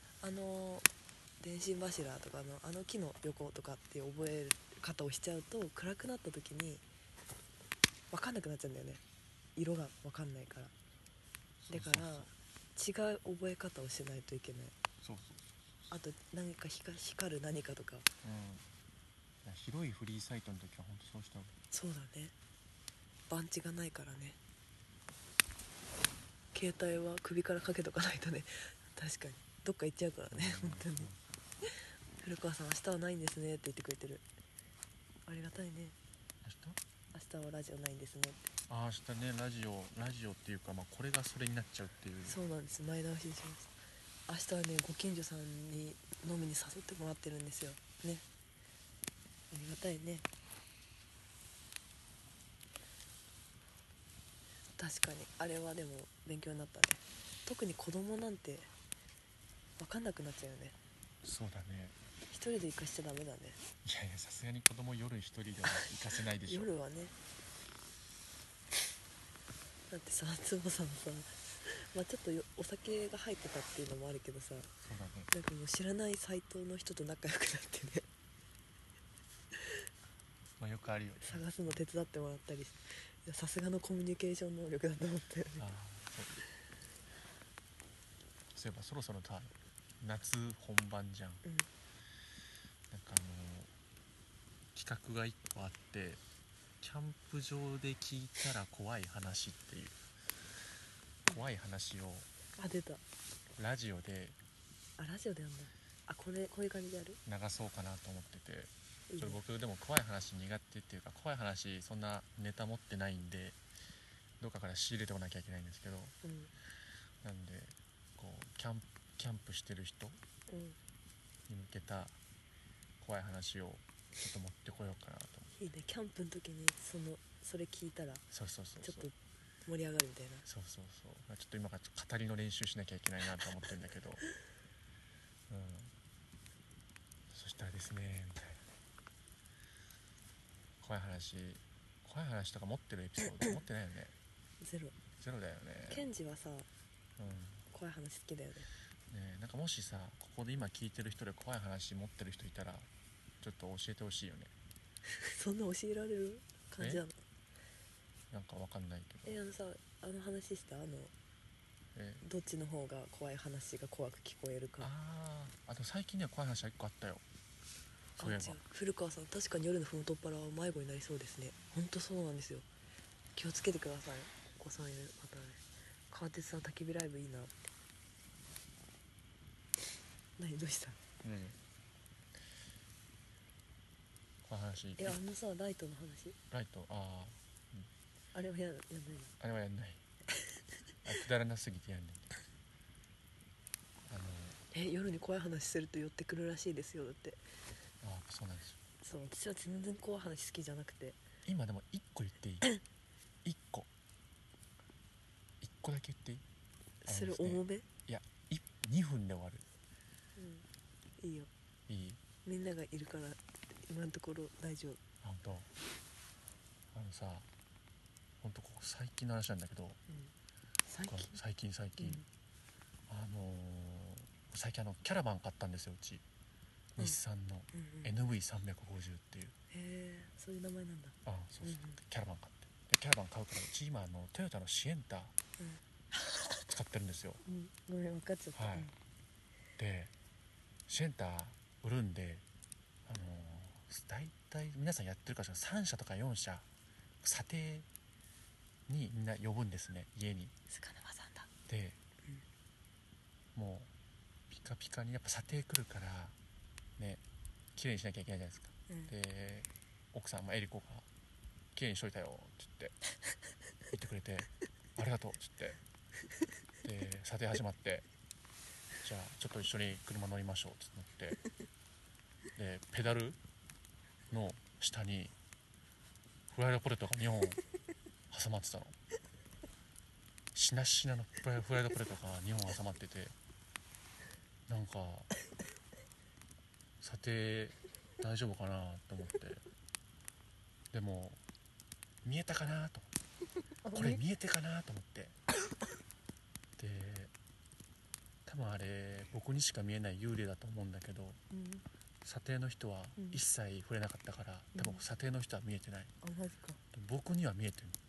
電信柱とかの木の横とかっていう覚え方をしちゃうと、暗くなった時に分かんなくなっちゃうんだよね、色が分かんないから。だから違う覚え方をしないといけない。 そうそうそう。 あと何か光る何かとか。 うん、広いフリーサイトの時は本当そうした方がいい。 そうだね、番地がないからね。携帯は首からかけとかないとね確かにどっか行っちゃうからね、本当に。古川さん明日はないんですねって言ってくれてる。ありがたいね。明日はラジオないんですねって。 明日ね、ラジオっていうか、これがそれになっちゃうっていう。 そうなんです、前倒しにします。明日はね、ご近所さんに飲みに誘ってもらってるんですよね。ありがたいね。確かにあれはでも勉強になったね。特に子供なんて分かんなくなっちゃうよね。 そうだね。 一人で行かしちゃダメだね。 いやいや、さすがに子供夜一人では行かせないでしょ夜はね。だってさ、坪さんさ、ちょっとお酒が入ってたっていうのもあるけどさ、 そうだね。 なんかもう知らないサイトの人と仲良くなってねよくあるよね。 探すの手伝ってもらったりして、さすがのコミュニケーション能力だと思ったよね。 そういえばそろそろ夏本番じゃん。 うんなんか企画が1個あって、キャンプ場で聞いたら怖い話っていう怖い話を出た。 ラジオでラジオでやんだ。こういう感じでやる。 流そうかなと思ってて、 いいね。 僕でも怖い話苦手っていうか、怖い話そんなネタ持ってないんで、どっかから仕入れてこなきゃいけないんですけど、なんでこうキャンプしてる人に向けた怖い話をちょっと持ってこようかなと思って。 いいね、キャンプの時にそれ聞いたらちょっと盛り上がるみたいな。 そう、ちょっと今から語りの練習しなきゃいけないなと思ってるんだけどそしたらですねみたいな怖い話とか持ってるエピソード持ってないよね。ゼロだよね。 ケンジはさ、怖い話好きだよね。 なんかもしさ、ここで今聞いてる人で怖い話持ってる人いたらちょっと教えてほしいよね。 そんな教えられる感じなの？ なんかわかんないけど。 さ、話したどっちの方が怖い話が怖く聞こえるか。 あと最近ね、怖い話は1個あったよ。そういえば古川さん、確かに夜のふもとっぱらは迷子になりそうですね。ほんとそうなんですよ。気をつけてください、お子さんいる方ね。川鉄さん、焚き火ライブいいなって。何、どうした？ 怖い話。 さ、ライトの話。 ライト、 あれはやんないの？ あれはやんないくだらなすぎてやんない。 夜に怖い話すると寄ってくるらしいですよ。だってそうなんですよ。 そう、私は全然怖い話好きじゃなくて。 今でも1個言っていい？1個だけ言っていい？ それ重め？ いや、2分で終わる。 いいよ。 いい？ みんながいるから今のところ大丈夫。 本当。さ、本当ここ最近の話なんだけど、最近、最近キャラバン買ったんですよ、うち。日産の NV350 っていう。 そういう名前なんだ。 そう、キャラバン買って、キャラバン買うから、うち今トヨタのシエンタ使ってるんですよ。 ごめん、分かっちゃった。 でシエンタ売るんで、だいたい皆さんやってるかしら、3社とか4社査定にみんな呼ぶんですね、家に。 菅沼さんだ。 で、もうピカピカにやっぱ査定来るからね、綺麗にしなきゃいけないじゃないですか。で、奥さんエリコが綺麗にしといたよって言ってくれてありがとうって言って、で査定始まって、じゃあちょっと一緒に車乗りましょうって乗って、でペダルの下にフライドポテトが2本挟まってたの。しなしなのフライドポテトが2本挟まってて、なんか査定大丈夫かなと思って、でも見えたかなと、これ見えてかなと思って、で多分あれ僕にしか見えない幽霊だと思うんだけど、査定の人は一切触れなかったから、多分査定の人は見えてない。 マジか。 僕には見えてる。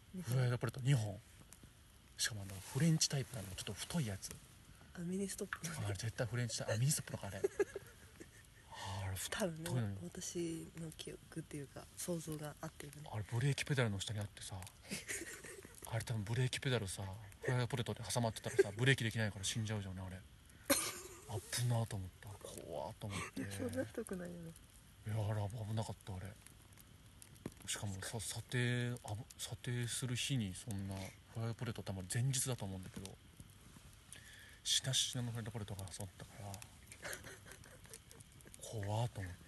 フライドポテト2本、しかもフレンチタイプなの、ちょっと太いやつ。 ミニストップあれ絶対フレンチタイプ、ミニストップのかあれ。あれ多分太いのに、 私の記憶っていうか想像が合ってるね。 あれブレーキペダルの下にあってさあれ多分ブレーキペダルさフライドポテトで挟まってたらさブレーキできないから死んじゃうじゃんねあれ。危なと思った、怖っと思ってそんな太くないよね。 いやあれ危なかった。あれしかもさ査定する日にそんなフライドポテト多分前日だと思うんだけど、しなしなのフライドポテトが挟まったから怖っと思って。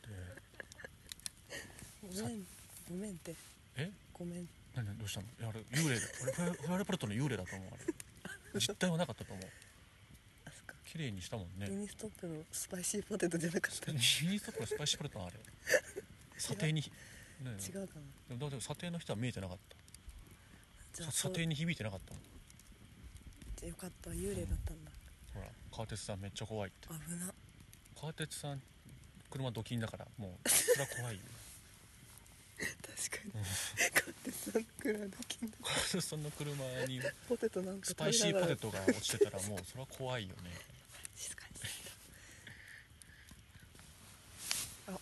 ごめんってごめん。 何どうしたの。いやあれ幽霊だ、俺フライドポテトの幽霊だと思う。あれ実体はなかったと思う。 あそっか。 綺麗にしたもんね。 ミニストップのスパイシーポテトじゃなかったミニストップのスパイシーポテトのあれ査定に、ね、 違うかな。 でも査定の人は見えてなかっじゃあた。査定に響いてなかったもん。 じゃあよかった、幽霊だったんだ。 ほら川鉄さんめっちゃ怖いって。 危な。 川鉄さん車ドキンだからもうそれは怖いよ確かに買ってさんくらいの金額川鉄さんの車にポテトなんかスパイシーポテトが落ちてたらもうそれは怖いよね。 静かにしてあ、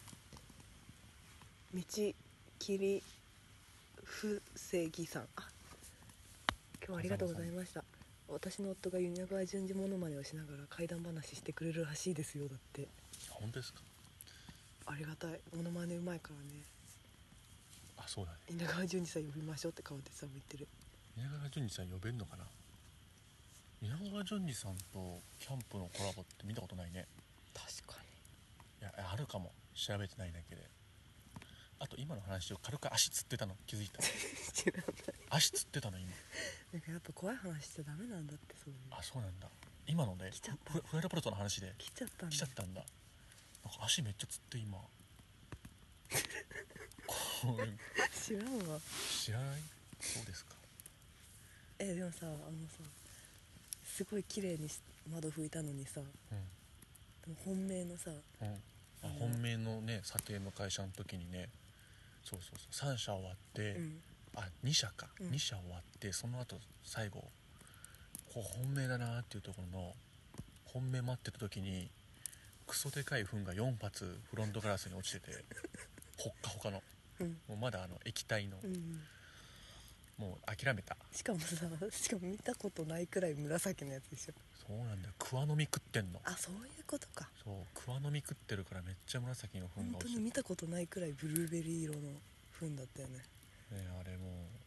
道切りふせぎさん、今日はありがとうございました。私の夫がユニ川淳二モノマネをしながら怪談話してくれるらしいですよ。だって本当ですか。 ありがたい。モノマネうまいからね。 あ、そうだね。 稲川淳二さん呼びましょうって川手さんも言ってる。 稲川淳二さん呼べんのかな。稲川淳二さんとキャンプのコラボって見たことないね。 確かいやあるかも、調べてないだけで。あと今の話を軽く足つってたの気づいた。 に知らない。 足つってたの今。 なんかやっぱ怖い話しちゃダメなんだって。そういうあ、そうなんだ。今のね来ちゃったフライドポテトの話で来ちゃったんだ。 来ちゃったんだ。なんか足めっちゃつって今これ知らんわ。 知らない。そうですか。 でもさ、すごい綺麗に窓拭いたのにさ、 うんでも本命のさ、 本命のね査定の会社の時にね、そう3社終わって、2社か、2社終わってその後最後こう本命だなっていうところの本命待ってた時にクソでかい糞が4発フロントガラスに落ちててほっかほかの、もうまだ液体の、もう諦めた。 しかも見たことないくらい紫のやつでしょ。 そうなんだよ、クワの実食ってんの。 そういうことか。 そうクワの実食ってるからめっちゃ紫の糞が落ちてる。 本当に見たことないくらいブルーベリー色の糞だったよね。 あれも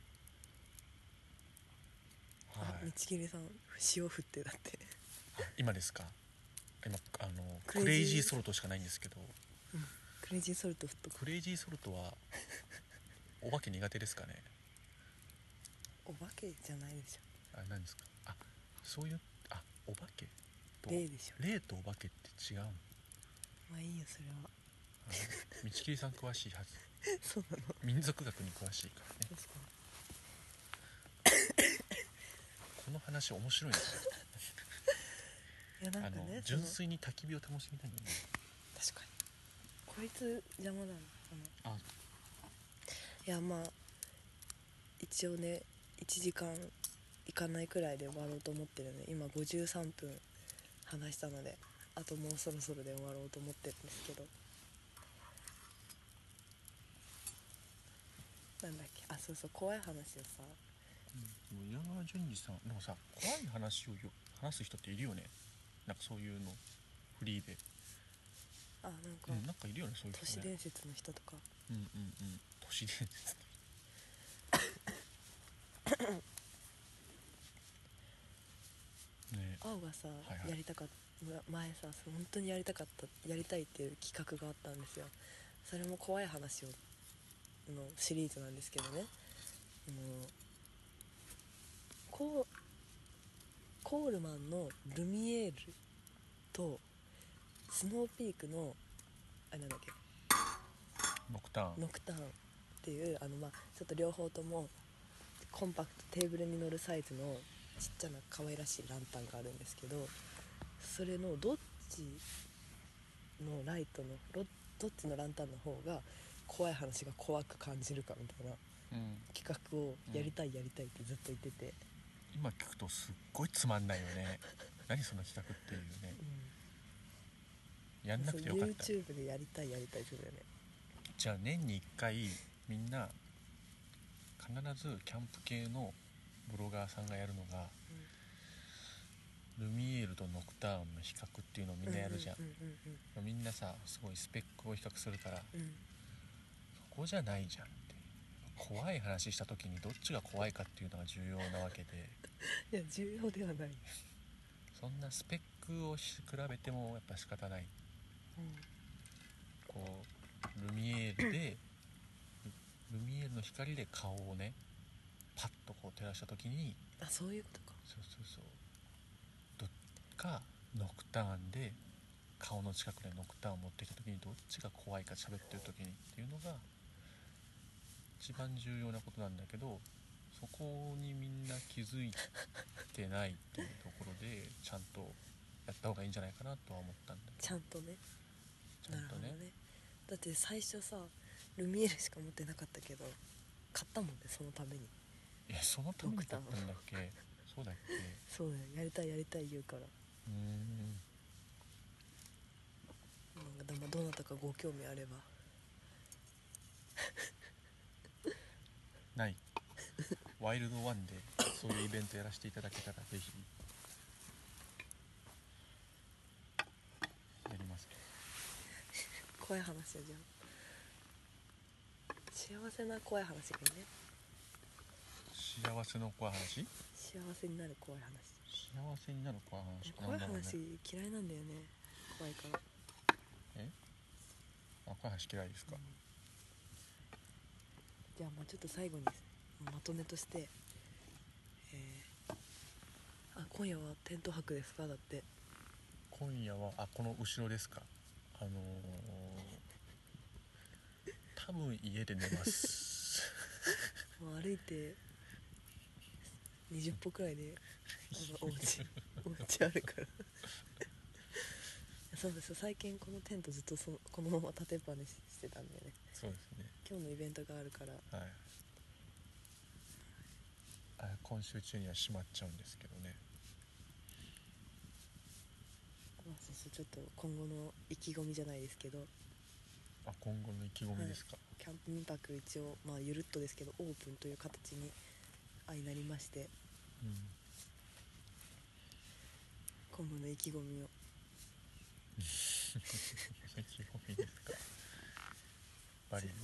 う道切りさん塩振ってだって今ですか。今クレイジークレイジーソルトしかないんですけど、 クレイジーソルト振っとく。 クレイジーソルトはお化け苦手ですかね。 お化けじゃないでしょ。 何ですか。そういうお化けと霊でしょ。 霊とお化けって違うの。 まあいいよそれは。 道切さん詳しいはずそうなの。 民族学に詳しいからね。 確かこの話面白いんですよ。 に。いやなんかね、 純粋に焚き火を楽しみたいんだよね。 確かにこいつ邪魔だな。いやまあ一応ね1時間いかないくらいで終わろうと思ってるね。今53分話したのであともうそろそろで終わろうと思ってるんですけど、なんだっけ、そうそう怖い話をさ、 稲川淳二さんでもさ怖い話を話す人っているよね。なんかそういうのフリーでなんかいるよねそういう人ね。 都市伝説の人とか。 都市伝説ね。 青がさ、やりたかった前さ本当にやりたいっていう企画があったんですよ。それも怖い話をのシリーズなんですけどね、コールマンのルミエールとスノーピークのなんだっけノクターンっていうちょっと両方ともコンパクトテーブルに乗るサイズのちっちゃな可愛らしいランタンがあるんですけど、それのどっちのランタンの方が怖い話が怖く感じるかみたいな企画をやりたいやりたいってずっと言ってて、 今聞くとすっごいつまんないよね何その企画っていうね、やんなくてよかった。 YouTube でやりたいやりたいするよね。 じゃあ年に1回みんな必ずキャンプ系のブロガーさんがやるのが、ルミエールとノクターンの比較っていうのをみんなやるじゃん。みんなさすごいスペックを比較するから、そこじゃないじゃんって。怖い話した時にどっちが怖いかっていうのが重要なわけでいや重要ではない、 そんなスペックを比べてもやっぱ仕方ない。こうルミエールでルミエールの光で顔をねパッとこう照らした時に、 あ、そういうことか。 そうどっかノクターンで顔の近くでノクターンを持ってきた時にどっちが怖いか喋ってる時にっていうのが一番重要なことなんだけど、そこにみんな気づいてないっていうところでちゃんとやった方がいいんじゃないかなとは思ったんだ。 ちゃんとね。 ちゃんとね。 だって最初さルミエールしか持ってなかったけど買ったもんね、そのために。 そのために買ったんだっけそうだっけ。 そうだよ、やりたいやりたい言うから。なんかどなたかご興味あればないワイルドワンでそういうイベントやらせていただけたらぜひやりますけど。 怖い話じゃん。幸せな怖い話がいいね。 幸せの怖い話、 幸せになる怖い話。 幸せになる怖い話、 怖いなんだろうね。 話嫌いなんだよね、怖いから。 怖い話嫌いですか。 じゃあまあちょっと最後にまとめとして、今夜はテント泊ですか。だって今夜はこの後ろですか。多分家で寝ますもう歩いて20歩くらいでお家あるからそうです、最近このテントずっとこのまま立てっぱにしてたんだよね。 そうですね。 今日のイベントがあるから、 はい。今週中には閉まっちゃうんですけどね。 そうちょっと今後の意気込みじゃないですけど、 今後の意気込みですか。 キャンプ民泊一応ゆるっとですけどオープンという形になりまして、今後の意気込みを意気込みですか。やっぱり、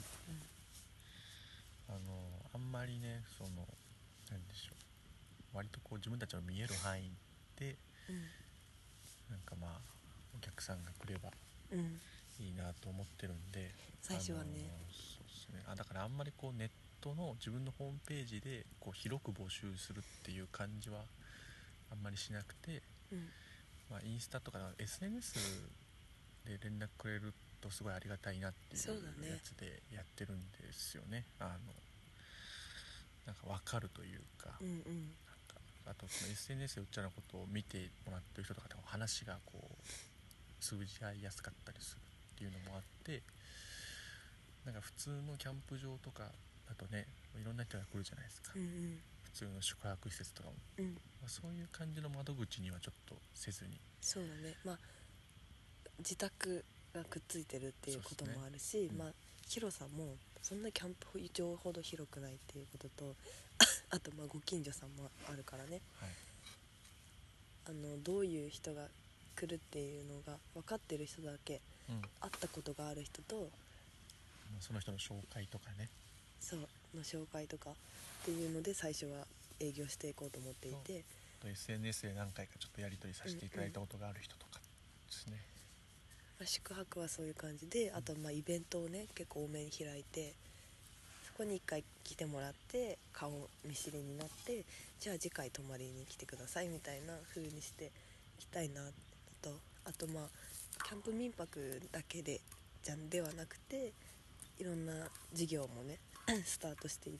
あんまりねなんでしょう、割とこう自分たちの見える範囲で、なんかお客さんが来ればいいなと思ってるんで、 最初はね、 そうですね。だからあんまりこうネットの自分のホームページでこう広く募集するっていう感じはあんまりしなくて、インスタとか SNS で連絡くれるとすごいありがたいなっていうやつでやってるんですよね。なんか分かるというか、なんかあとその SNS でうっちゃなことを見てもらってる人とかと話がこう通じ合いやすかったりするっていうのもあって、なんか普通のキャンプ場とかだとね、いろんな人が来るじゃないですか、普通の宿泊施設とかも、そういう感じの窓口にはちょっとせずに。 そうだね、自宅がくっついてるっていうこともあるし、広さもそんなキャンプ場ほど広くないっていうこととあとご近所さんもあるからね、どういう人が来るっていうのが分かってる人だけ、会ったことがある人とその人の紹介とかね、 の紹介とかっていうので最初は営業していこうと思っていて、 SNS で何回かちょっとやり取りさせていただいたことがある人とかですね。 宿泊はそういう感じで、あとイベントをね結構多めに開いて、そこに1回来てもらって顔見知りになって、じゃあ次回泊まりに来てくださいみたいな風にしていきたいなと、あとキャンプ民泊だけではなくていろんな事業もねスタートしていって、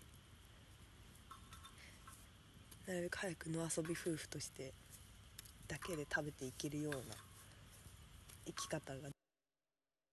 なるべく早く野遊び夫婦としてだけで食べていけるような生き方が